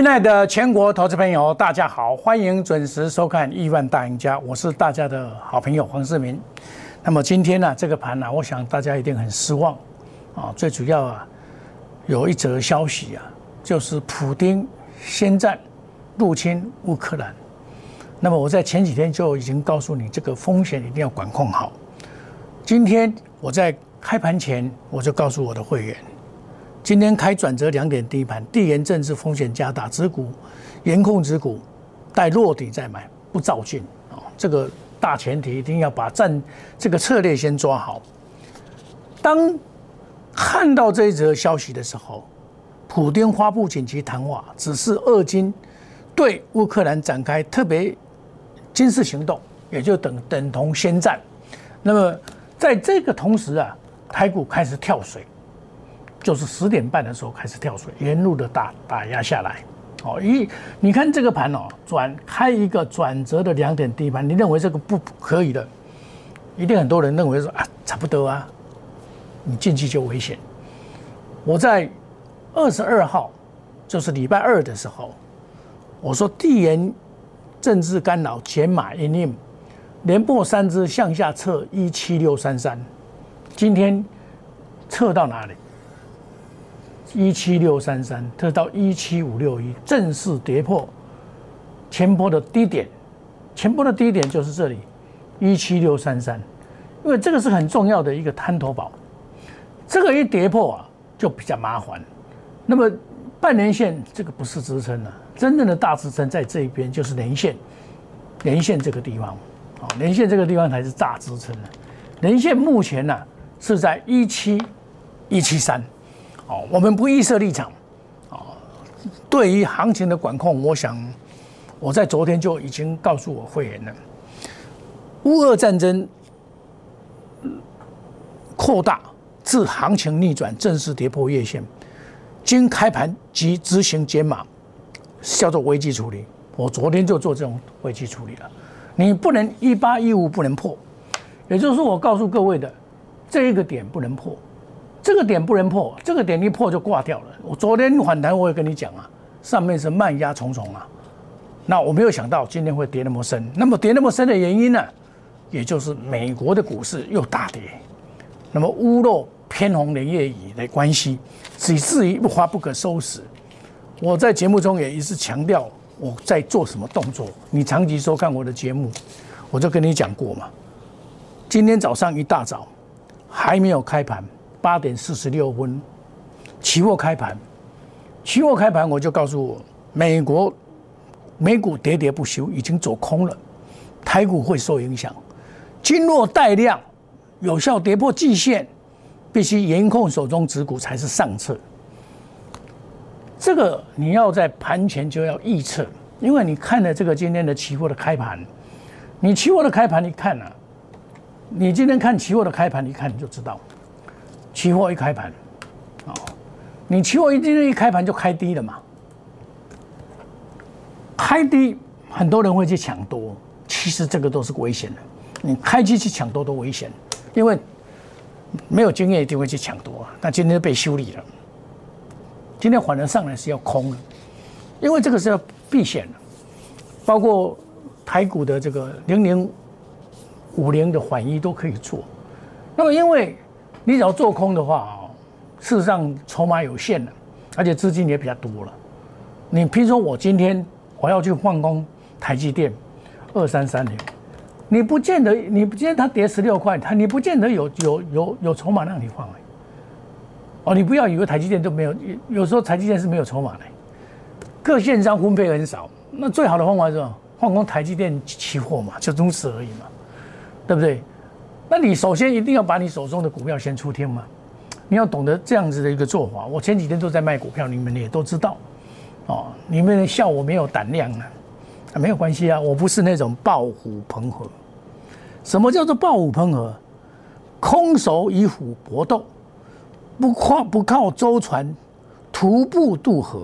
亲爱的全国投资朋友，大家好，欢迎准时收看《亿万大赢家》，我是大家的好朋友黄世明。那么今天呢，这个盘呢，我想大家一定很失望啊。最主要啊，有一则消息啊，就是普丁宣战入侵乌克兰。那么我在前几天就已经告诉你，这个风险一定要管控好。今天我在开盘前我就告诉我的会员。今天开转折2点低盘，地缘政治风险加大，持股严控持股，待落底再买，不躁进啊。这个大前提一定要把这个策略先抓好。当看到这一则消息的时候，普丁发布紧急谈话，指示俄军对乌克兰展开特别军事行动，也就等同宣战。那么在这个同时啊，台股开始跳水。就是10点半的时候开始跳水，沿路的打压下来。哦，你看这个盘哦，开一个转折的2点低盘，你认为这个不可以的？一定很多人认为说啊，差不多啊，你进去就危险。我在22号，就是礼拜2的时候，我说地缘政治干扰减码因应，连破3只向下测17633，今天测到哪里？17633，特到17561，正式跌破前波的低点。前波的低点就是这里，17633。因为这个是很重要的一个滩头堡，这个一跌破啊，就比较麻烦。那么半年线这个不是支撑了，真正的大支撑在这一边，就是年线这个地方。啊，年线这个地方才是大支撑的。年线目前呢是在17173。我们不预设立场，对于行情的管控，我想我在昨天就已经告诉我会员了。乌俄战争扩大致行情逆转，正式跌破月线，经开盘即执行减码，叫做危机处理。我昨天就做这种危机处理了。你不能1815不能破，也就是说我告诉各位的这一个点不能破。这个点不能破，这个点一破就挂掉了。我昨天反弹，我也跟你讲啊，上面是慢压重重啊。那我没有想到今天会跌那么深。那么跌那么深的原因呢，也就是美国的股市又大跌。那么屋漏偏逢连夜雨的关系，以至于一发不可收拾。我在节目中也一直强调我在做什么动作。你长期收看我的节目，我就跟你讲过嘛。今天早上一大早还没有开盘。8点46分，期货开盘我就告诉我，美股喋喋不休，已经走空了，台股会受影响。均若带量，有效跌破季线，必须严控手中持股才是上策。这个你要在盘前就要预测，因为你看了这个今天的期货的开盘，你期货的开盘一看啊，你今天看期货的开盘，一看你就知道。期货一开盘，你期货今天一开盘就开低了嘛？开低，很多人会去抢多，其实这个都是危险的。你开低去抢多都危险，因为没有经验一定会去抢多啊。那今天被修理了，今天反而上来是要空的，因为这个是要避险的，包括台股的这个0050的反一都可以做。那么因为你只要做空的话，事实上筹码有限了，而且资金也比较多了。你譬如说我今天我要去换空台积电2330，你不见得，你今天它跌16块，你不见得有筹码让你换。哦，你不要以为台积电都没有，有时候台积电是没有筹码的，各线商分配很少。那最好的方法是什么？换空台积电期货嘛，就如此而已嘛，对不对？那你首先一定要把你手中的股票先出天嘛，你要懂得这样子的一个做法。我前几天都在卖股票，你们也都知道，你们笑我没有胆量啊，没有关系啊，我不是那种抱虎朋和。什么叫做抱虎朋和？空手与虎搏斗，不靠舟船，徒步渡河。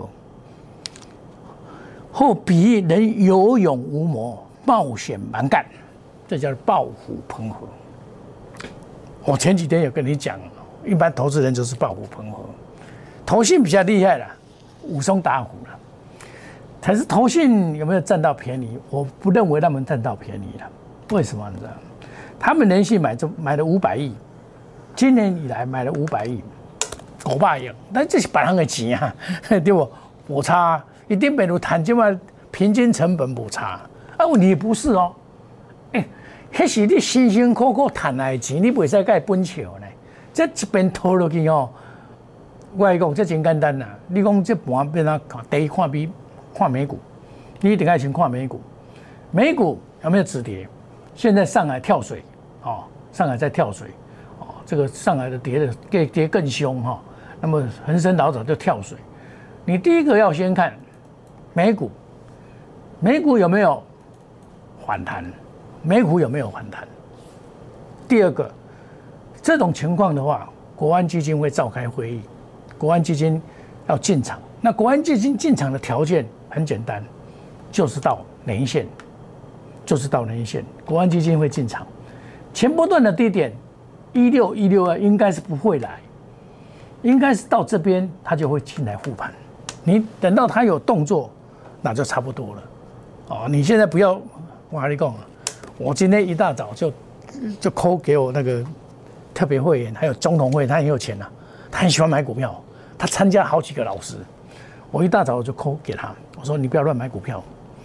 后比喻人有勇无谋，冒险蛮干，这叫抱虎朋和。我前几天有跟你讲，一般投资人就是抱虎朋和，投信比较厉害了，武松打虎了。 可是投信有没有占到便宜？我不认为他们占到便宜了。为什么？你知道？他们连续买了500亿，今年以来买了500亿，500亿，但这是别人的钱啊，对不？无差，一定比如谈这么平均成本无差。啊，你不是哦，迄是你辛辛苦苦赚来的钱，你袂使甲伊本笑呢。这一边拖落去哦，我来讲，这真简单啦。你讲这盘变哪看？第一看美股，你一定要先看美股。美股有没有止跌？现在上海跳水，哦，上海在跳水，哦，这个上海的跌更凶哈。那么恒生老早就跳水。你第一个要先看美股，美股有没有反弹？美股有没有反弹？第二个，这种情况的话，国安基金会召开会议，国安基金要进场。那国安基金进场的条件很简单，就是到年线。就是到年线，国安基金会进场。前波段的低点16、162应该是不会来，应该是到这边它就会进来护盘。你等到它有动作，那就差不多了。哦，你现在不要，我跟你讲，我今天一大早就call给我那个特别会员，还有总统会，他很有钱啊，他很喜欢买股票，他参加好几个老师。我一大早就call给他，我说你不要乱买股票。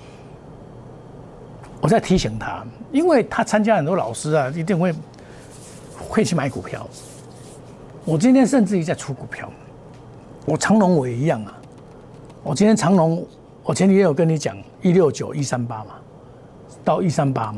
我在提醒他，因为他参加很多老师啊，一定会去买股票。我今天甚至于在出股票，我长荣我也一样啊。我今天长荣，我前几天有跟你讲169、138嘛，到138嘛，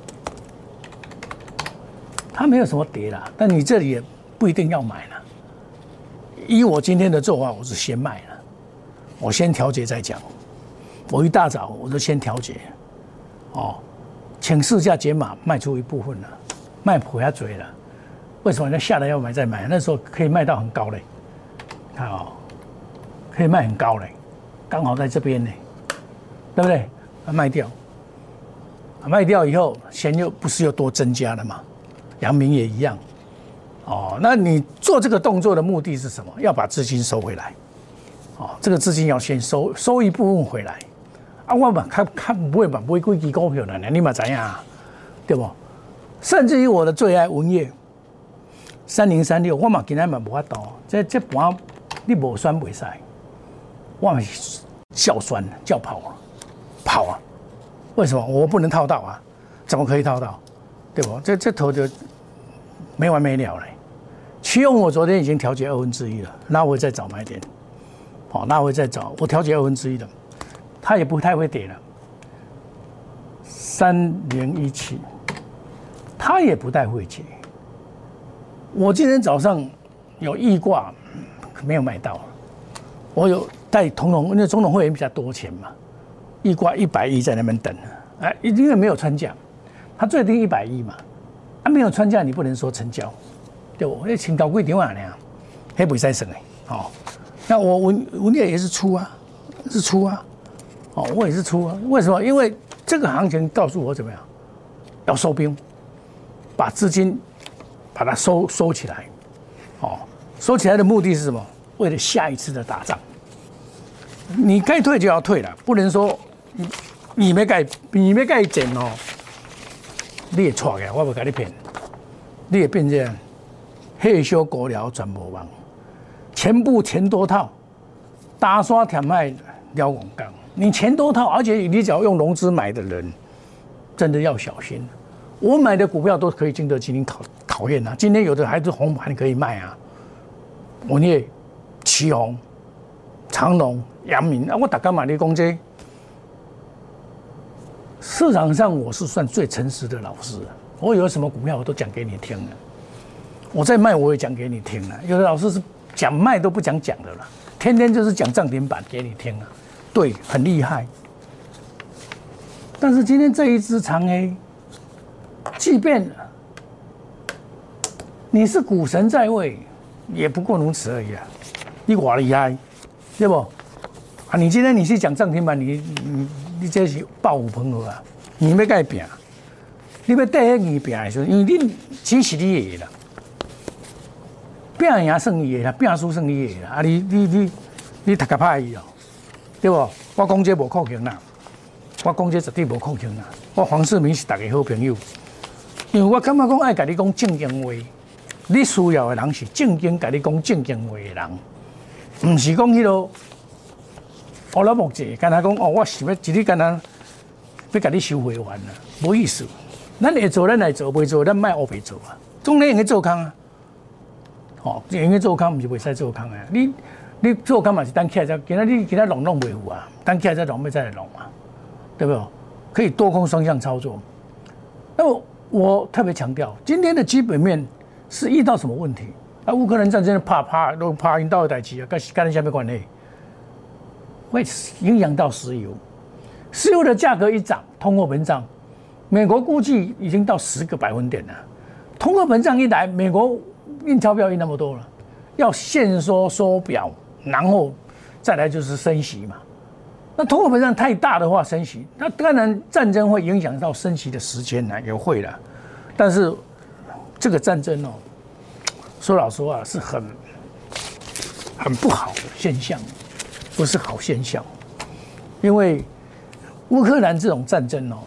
它没有什么跌啦，但你这里也不一定要买了。依我今天的做法，我是先卖了，我先调节再讲。我一大早我就先调节。哦，请市价减码卖出一部分了，卖回下追了。为什么？那下来要买再买，那时候可以卖到很高嘞。看哦，可以卖很高嘞，刚好在这边呢，对不对？卖掉，卖掉以后钱又不是又多增加了吗？阳明也一样。哦，那你做这个动作的目的是什么？要把资金收回来。哦，这个资金要先收一部分回来。啊，我嘛较不会嘛，买几支股票啦，你嘛知影，对不？甚至于我的最爱文业3036，我嘛今仔嘛无法度，这盘你无选袂使，我嘛笑酸叫跑啊！为什么我不能套到啊？怎么可以套到？对不？这头就没完没了嘞。其用我昨天已经调节1/2了，那我再找买点，好，那我再找，我调节1/2了。它也不太会跌了，3017，它也不太会跌。我今天早上有易挂，没有买到。我有带统统，因为总统会员比较多钱嘛，易挂100亿在那边等，哎，因为没有穿价，它最低100亿嘛，啊没有穿价你不能说成交，对不？那清高贵点啊那样，还不使省哎，哦，那我文业也是出啊，是出啊。哦，我也是出啊，为什么？因为这个行情告诉我怎么样，要收兵，把资金把它收起来，哦，收起来的目的是什么？为了下一次的打仗，你该退就要退了，不能说你没该减哦，你也错嘅，我不跟你骗，你也变这样，退休国了全无望，全部钱多套，打刷填海了广告。你钱多套，而且你只要用融资买的人，真的要小心。我买的股票都可以经得起你考验啊。今天有的还是红盘可以卖啊，文业、旗宏、长荣、阳明啊，我大家买你讲这，市场上我是算最诚实的老师。我有什么股票我都讲给你听了，我在卖我也讲给你听了。有的老师是讲卖都不讲的了，天天就是讲涨停板给你听了。对，很厉害。但是今天这一只长 A， 即便你是股神在位，也不过如此而已啊！你多厉害，对不？啊，你今天你去讲涨停板，你这是爆五棚了啊！你要跟伊拼，你要带迄硬拼的时候，因为你钱是你的啦，拼赢算你的啦，拼输算你的啦。啊，你读个歹伊哦。 对不？我讲这无可能啦，我讲这绝对无可能啦。我黄世明是大家好朋友，因为我感觉讲爱甲你讲正经话，你需要的人是正经甲你讲正经话的人，唔是讲迄落乌拉木济，干那讲哦，我想要一日干那要甲你收会员啦，无意思。咱会做咱来做，袂做咱卖乌白做啊。总你用去做空啊，哦，用去做空，毋是袂使做空啊。你做空嘛是等起来再，今仔弄袂有啊，等起来再弄要再来弄嘛，对不对？可以多空双向操作。那么我特别强调，今天的基本面是遇到什么问题？啊，乌克兰战争都怕引到的代志啊，跟咱下面关系，会影响到石油，石油的价格一涨，通货膨胀。美国估计已经到10个百分点了，通货膨胀一来，美国印钞票印那么多了，要限缩缩表，然后再来就是升息嘛。那通货膨胀太大的话，升息，那当然战争会影响到升息的时间呢，也会了。但是这个战争哦，说老实话是很不好的现象，不是好现象，因为乌克兰这种战争哦。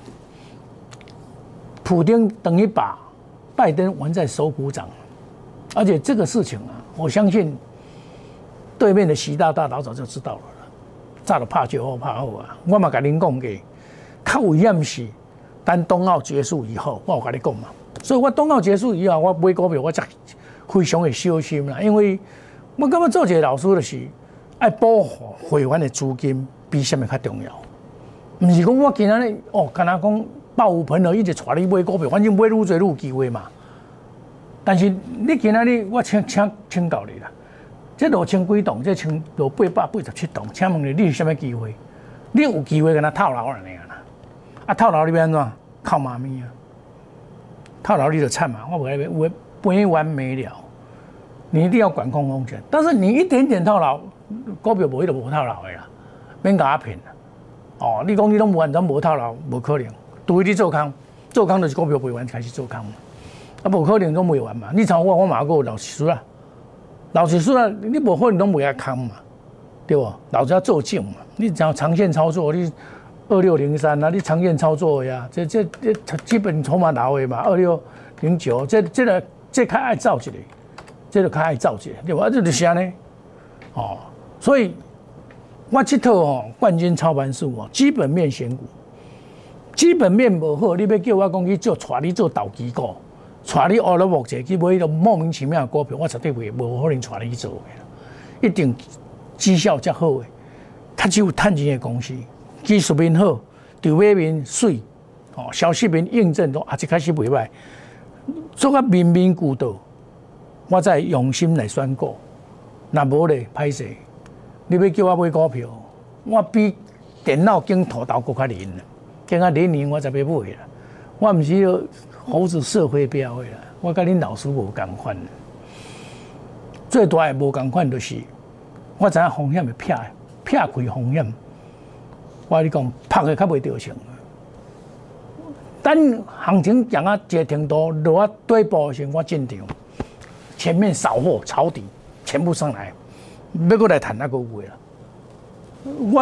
普丁等于把拜登玩在手鼓掌，而且这个事情啊，我相信对面的习大大老早就知道了，早就怕酒后怕后啊。我嘛跟您讲过，较危险是等冬奥结束以后，我有跟你讲嘛。所以我冬奥结束以后，我买股票我才非常的小心啦，因为我感觉做一个老师就是爱保护会员的资金比什么较重要，不是讲我今仔日哦，干那讲。爆有盆了，一直带你买股票，反正买愈多愈有机会嘛。但是你今仔日我请教你啦，这6000几栋，这887栋，请问你有什么机会？你有机会跟他套牢了那样啦？啊，套牢你要安怎？靠妈咪啊！套牢你就惨嘛，我不没完没了。你一定要管控风险，但是你一点点套牢，股票无套牢的啦，免甲我骗啦。哦，你讲你拢完全无套牢，无可能。除非你做空就是股票卖完开始做空嘛，啊，无可能拢卖完嘛。你像我嘛有老实啊，你无可能拢卖啊空嘛，对不？老子要做正嘛。你只要长线操作，你2603啊，你长线操作呀，这基本筹码老的嘛，2609，这较爱走一个，这就较爱走一个，对吧？这就是安尼，哦，所以我这套哦冠军操盘术哦，基本面选股。基本面无好，你要叫我讲去带你做投机股，带你乌拉木济去买迄种莫名其妙的股票，我绝对无可能带你去做的。一定绩效较好的，较只有趁钱的公司，技术面好，筹码面水，哦，消息面印证都一开始袂歹，做甲面面俱到，我再用心来选股。若无咧，歹势，你要叫我买股票，我比电脑镜头倒更较灵了。今仔年我才要买啦，我毋是猴子射飞镖的啦，我甲恁老师无共款。最大的无共款就是，我知影风险会撇开风险。我跟你讲，拍的较袂着成。等行情降到一个程度，落啊底部时，我进场，前面扫货抄底，全部上来，要过来谈那个有的啦。我。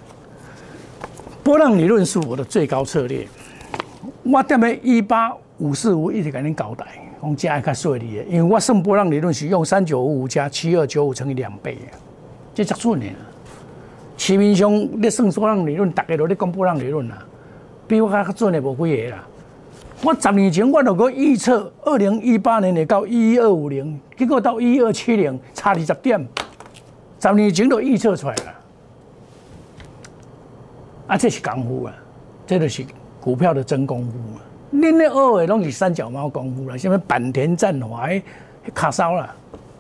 波浪理论是我的最高策略。我踮咧18545一直甲恁交代，讲这爱较顺利的，因为我算波浪理论是用3955加7295乘以2倍的，这足准的。市面上咧算波浪理论，大家都咧讲波浪理论啦，比我较准的无几个啦。我10年前我就个预测2018年会到11250，结果到11270，差20点。10年前就预测出来了。啊，这是功夫啊，这就是股票的真功夫啊！恁咧学的拢是三脚猫功夫啦，什么坂田战华、卡烧啦，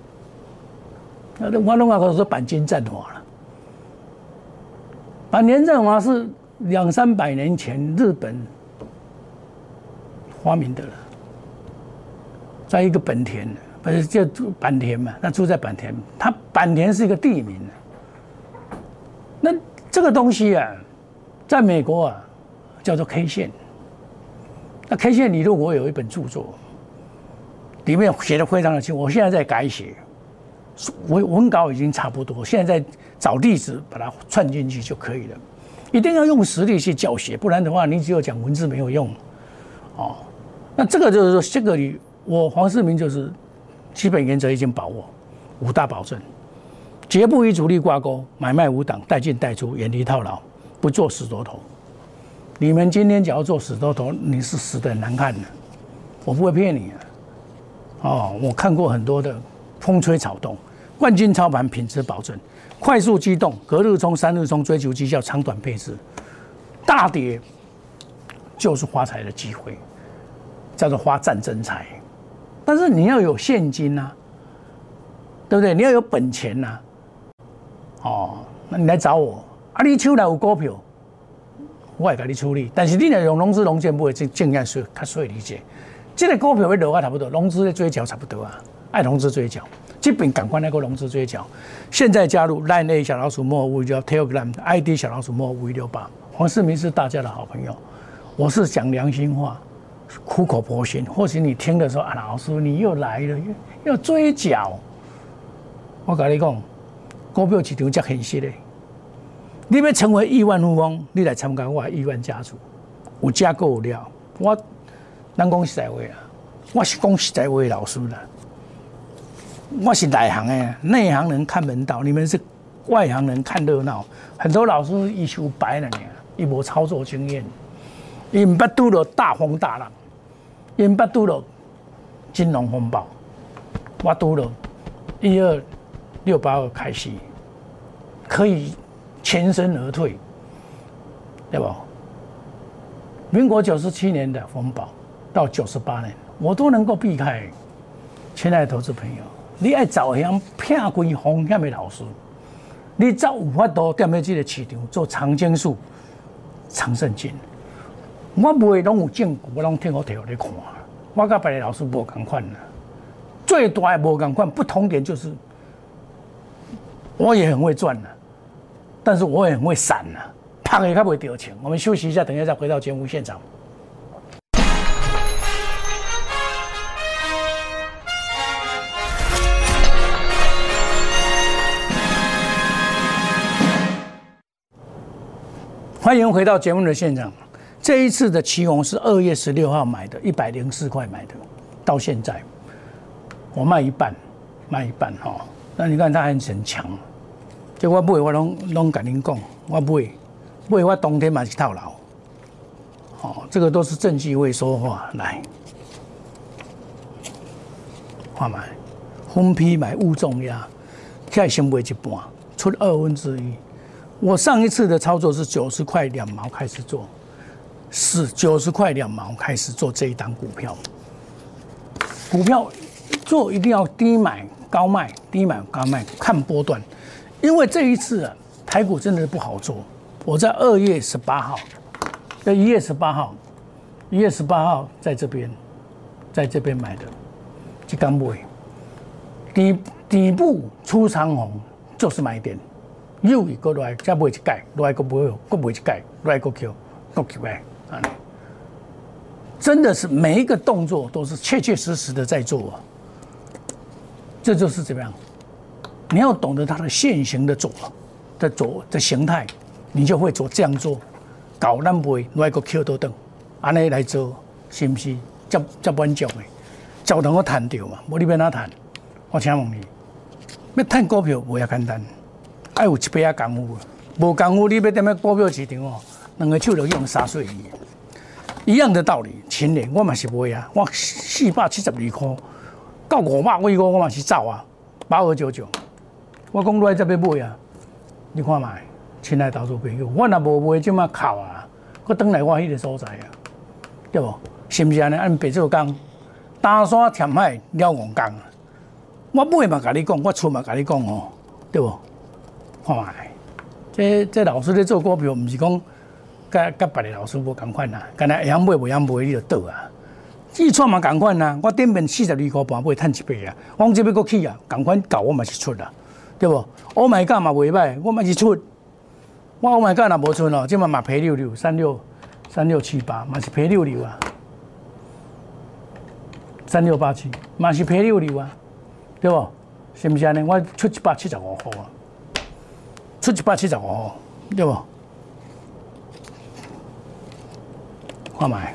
我拢讲说坂金战华啦。坂田战华是200-300年前日本发明的了，在一个本田，不是叫坂田嘛？他住在坂田，他坂田是一个地名。那这个东西啊。在美国啊，叫做 K 线。那 K 线理论，我有一本著作，里面写的非常的清楚。我现在在改写，文稿已经差不多，现在找例子把它串进去就可以了。一定要用实例去教学，不然的话，你只有讲文字没有用。哦，那这个就是说，这个我黄世明就是基本原则已经把握，5大保证：绝不与主力挂钩，买卖无党，带进带出，远离套牢，不做死多头。你们今天只要做死多头，你是死得很难看的，我不会骗你啊。哦，我看过很多的风吹草动，冠军操盘品质保证。快速机动，隔日冲、3日冲，追求绩效，长短配置。大跌就是发财的机会，叫做发战争财。但是你要有现金呐、对不对？你要有本钱呐、哦，那你来找我啊！你手内有股票，我会给你处理。但是你若用融资融券，不会经验税较税理解。这个股票要落啊差不多，融资的追缴差不多啊，爱融资追缴。这边赶快那个融资追缴，现在加入 Line A 小老鼠莫516 Telegram ID 小老鼠莫5168。黄世明是大家的好朋友，我是讲良心话，苦口婆心。或许你听的时候啊，老师你又来了，要追缴。我跟你讲，股票市场这现实的，你要成为亿万富翁，你来参加我的亿万家族，有架构有料。咱讲实在话啊，我是讲实在话的老师啦。我是内行的，内行人看门道，你们是外行人看热闹。很多老师一手白了呢，伊无操作经验，伊唔捌拄到大风大浪，伊唔捌拄到金融风暴。我拄了12682开始，可以全身而退，对不？民国97年的风暴到98年，我都能够避开。亲爱的投资朋友。你爱找向骗开风险的老师，你才有法度踮咧这个市场做长青树、长胜金。我卖拢有证据，我拢听好摕互你看。我甲别的老师无同款啦，最大的无同款，不同点就是我也很会赚啦，但是我也很会闪啦，拍的较袂掉钱。我们休息一下，等一下再回到节目现场。欢迎回到节目的现场。这一次的期红是2月16号买的，104块买的，到现在我卖一半哈。那你看它还很强。这我买我拢跟您讲，我买我冬天嘛是套牢。哦，这个都是证据会说话。来，看买，分批买勿重压，现在先卖一半，出1/2。我上一次的操作是90块2毛开始做，是90块2毛开始做这一档股票。股票做一定要低买高卖，低买高卖，看波段。因为这一次啊，台股真的是不好做。我在2月18号，1月18号在这边买的，这刚买，底部出长红就是买点。又一个来，再买一盖，来个买，再买一盖，来个扣，再扣来，真的是每一个动作都是切切实实的在做啊。这就是怎么样？你要懂得它的现行的的形态，你就会这样做，搞咱卖，来个扣都等，安尼来做，是不是？这稳重的，才能够赚到嘛。无你要哪赚？我请问你，要赚股票不遐简单。要有一辈仔功夫，无功夫你要踮咧股票市场哦，2个手就用沙碎伊。一样的道理，前年我嘛是买啊，我472块到500我嘛是走啊，8299。我讲来这边买啊，你看卖，亲爱投资朋友，我若无买即马哭啊，我转来我迄个所在啊，对无？是不是安尼？按白做工，打山填海了黄工啊。我买嘛，甲你讲，我出嘛，甲你讲哦，对无？看卖，这老师咧做股票，唔是讲甲别的老师无同款啦，干那会晓买袂晓买，你就倒啊。预创嘛同款啦，我顶面42块半买趁1倍啊，往这边搁起啊，同款搞我嘛是出啦，对不 ？Oh my god 嘛袂歹，我嘛是出。我 Oh my god 若无出哦，即嘛赔3638，嘛是赔66啊，3687嘛是赔66啊，对不？是不是安尼？我出175块啊。 出175号，对不？看卖，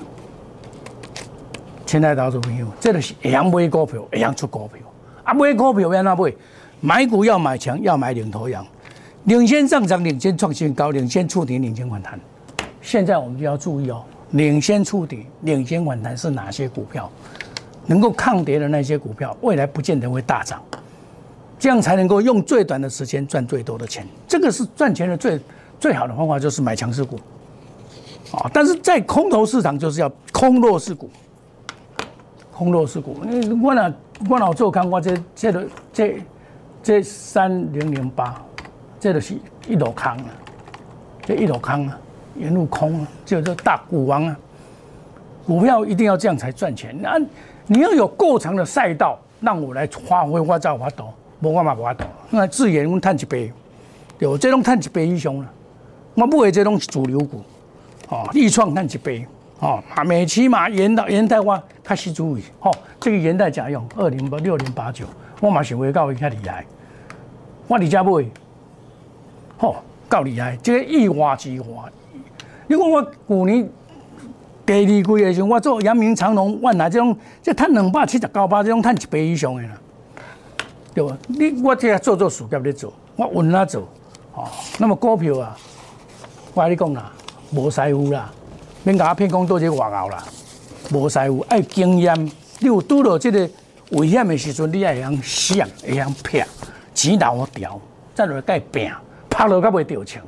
亲爱的投资朋友，这就是会晓买股票，会晓出股票。啊，买股票要怎买？买股要买强，要买领头羊，领先上涨，领先创新高，领先触底，领先反弹。现在我们就要注意哦，领先触底、领先反弹是哪些股票？能够抗跌的那些股票，未来不见得会大涨，这样才能够用最短的时间赚最多的钱。这个是赚钱的最好的方法，就是买强势股。啊，但是在空头市场就是要空弱势股，空弱势股。我哪做空，我这3008，这就是一路空啊，这一路空啊，沿路空啊，就是大股王啊。股票一定要这样才赚钱。那你要有够长的赛道，让我来发挥，我才有法度。无我嘛无法度。那自然阮赚1倍，对不？这拢赚1倍以上啦。我买的这拢是主流股。哦，易创赚1倍，哦，美琪嘛，元代我较实注意，哦，这个元代假用206089，我嘛想袂到伊较厉害，我伫遮买，哦，够厉害，这个意外之外。你讲我去年第二季的时候，我做阳明长荣、万海这种，这赚279巴，这种赚1倍以上的啦，对不？我这做事业咧做，我稳啦做，哦，那么股票啊，我跟你讲啦。无师傅啦，免甲我骗讲倒这外后啦，无师傅爱经验。你有拄到这个危险的时阵，你爱会晓想，会晓撇，钱留调，再落甲伊拼，拍落甲袂着枪。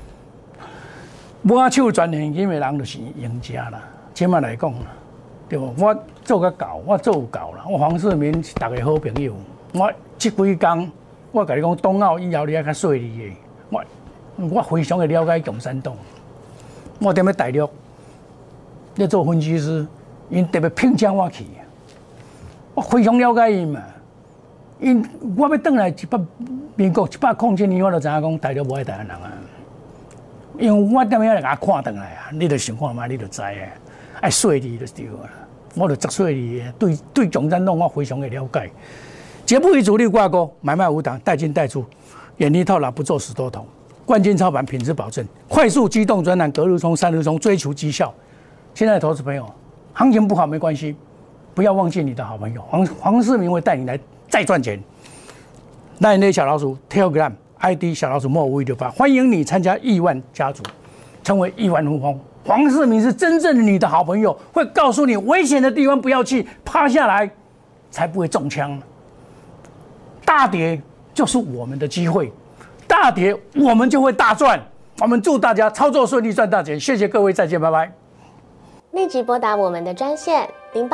摸手赚现金的人就是赢家啦。即摆来讲啦，对无？我做甲够，我做有够啦。我黄世明是大家好朋友，我即几工，我甲你讲，冬奥以后你还较细腻的，我非常的了解共产党。我踮咧大陆咧做分析师，因特别聘请我去，我非常了解伊嘛。因我要转来民国107年，我就知影讲大陆无爱台湾人啊。因为我踮遐来甲看转来啊，你著想看觅，你著知啊。爱细腻就对啊，我著足细腻的，对共产党我非常的了解。绝不与主力挂钩，买卖无挡，带进带出，远离套牢，不做死多头。冠军操盘，品质保证，快速机动专栏，隔日冲、3日冲，追求绩效。亲爱的投资朋友，行情不好没关系，不要忘记你的好朋友黄世明会带你来再赚钱。那你的小老鼠 Telegram ID 小老鼠莫5168，欢迎你参加亿万家族，成为亿万富翁。黄世明是真正的你的好朋友，会告诉你危险的地方不要去，趴下来才不会中枪。大跌就是我们的机会。大跌，我们就会大赚。我们祝大家操作顺利，赚大钱。谢谢各位，再见，拜拜。 立即拨打我们的专线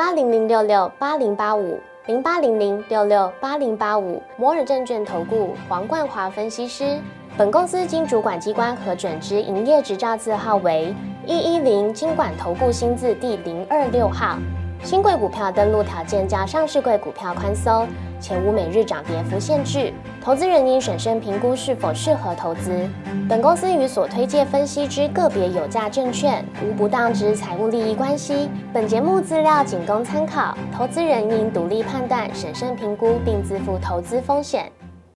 0800668085，0800668085，摩尔证券投顾黄冠华分析师。本公司经主管机关核准之营业执照字号为110金管投顾新字第026号。新贵股票登录条件较上市贵股票宽松，且无每日涨跌幅限制。投资人应审慎评估是否适合投资。本公司与所推介分析之个别有价证券无不当之财务利益关系。本节目资料仅供参考，投资人应独立判断、审慎评估，并自负投资风险。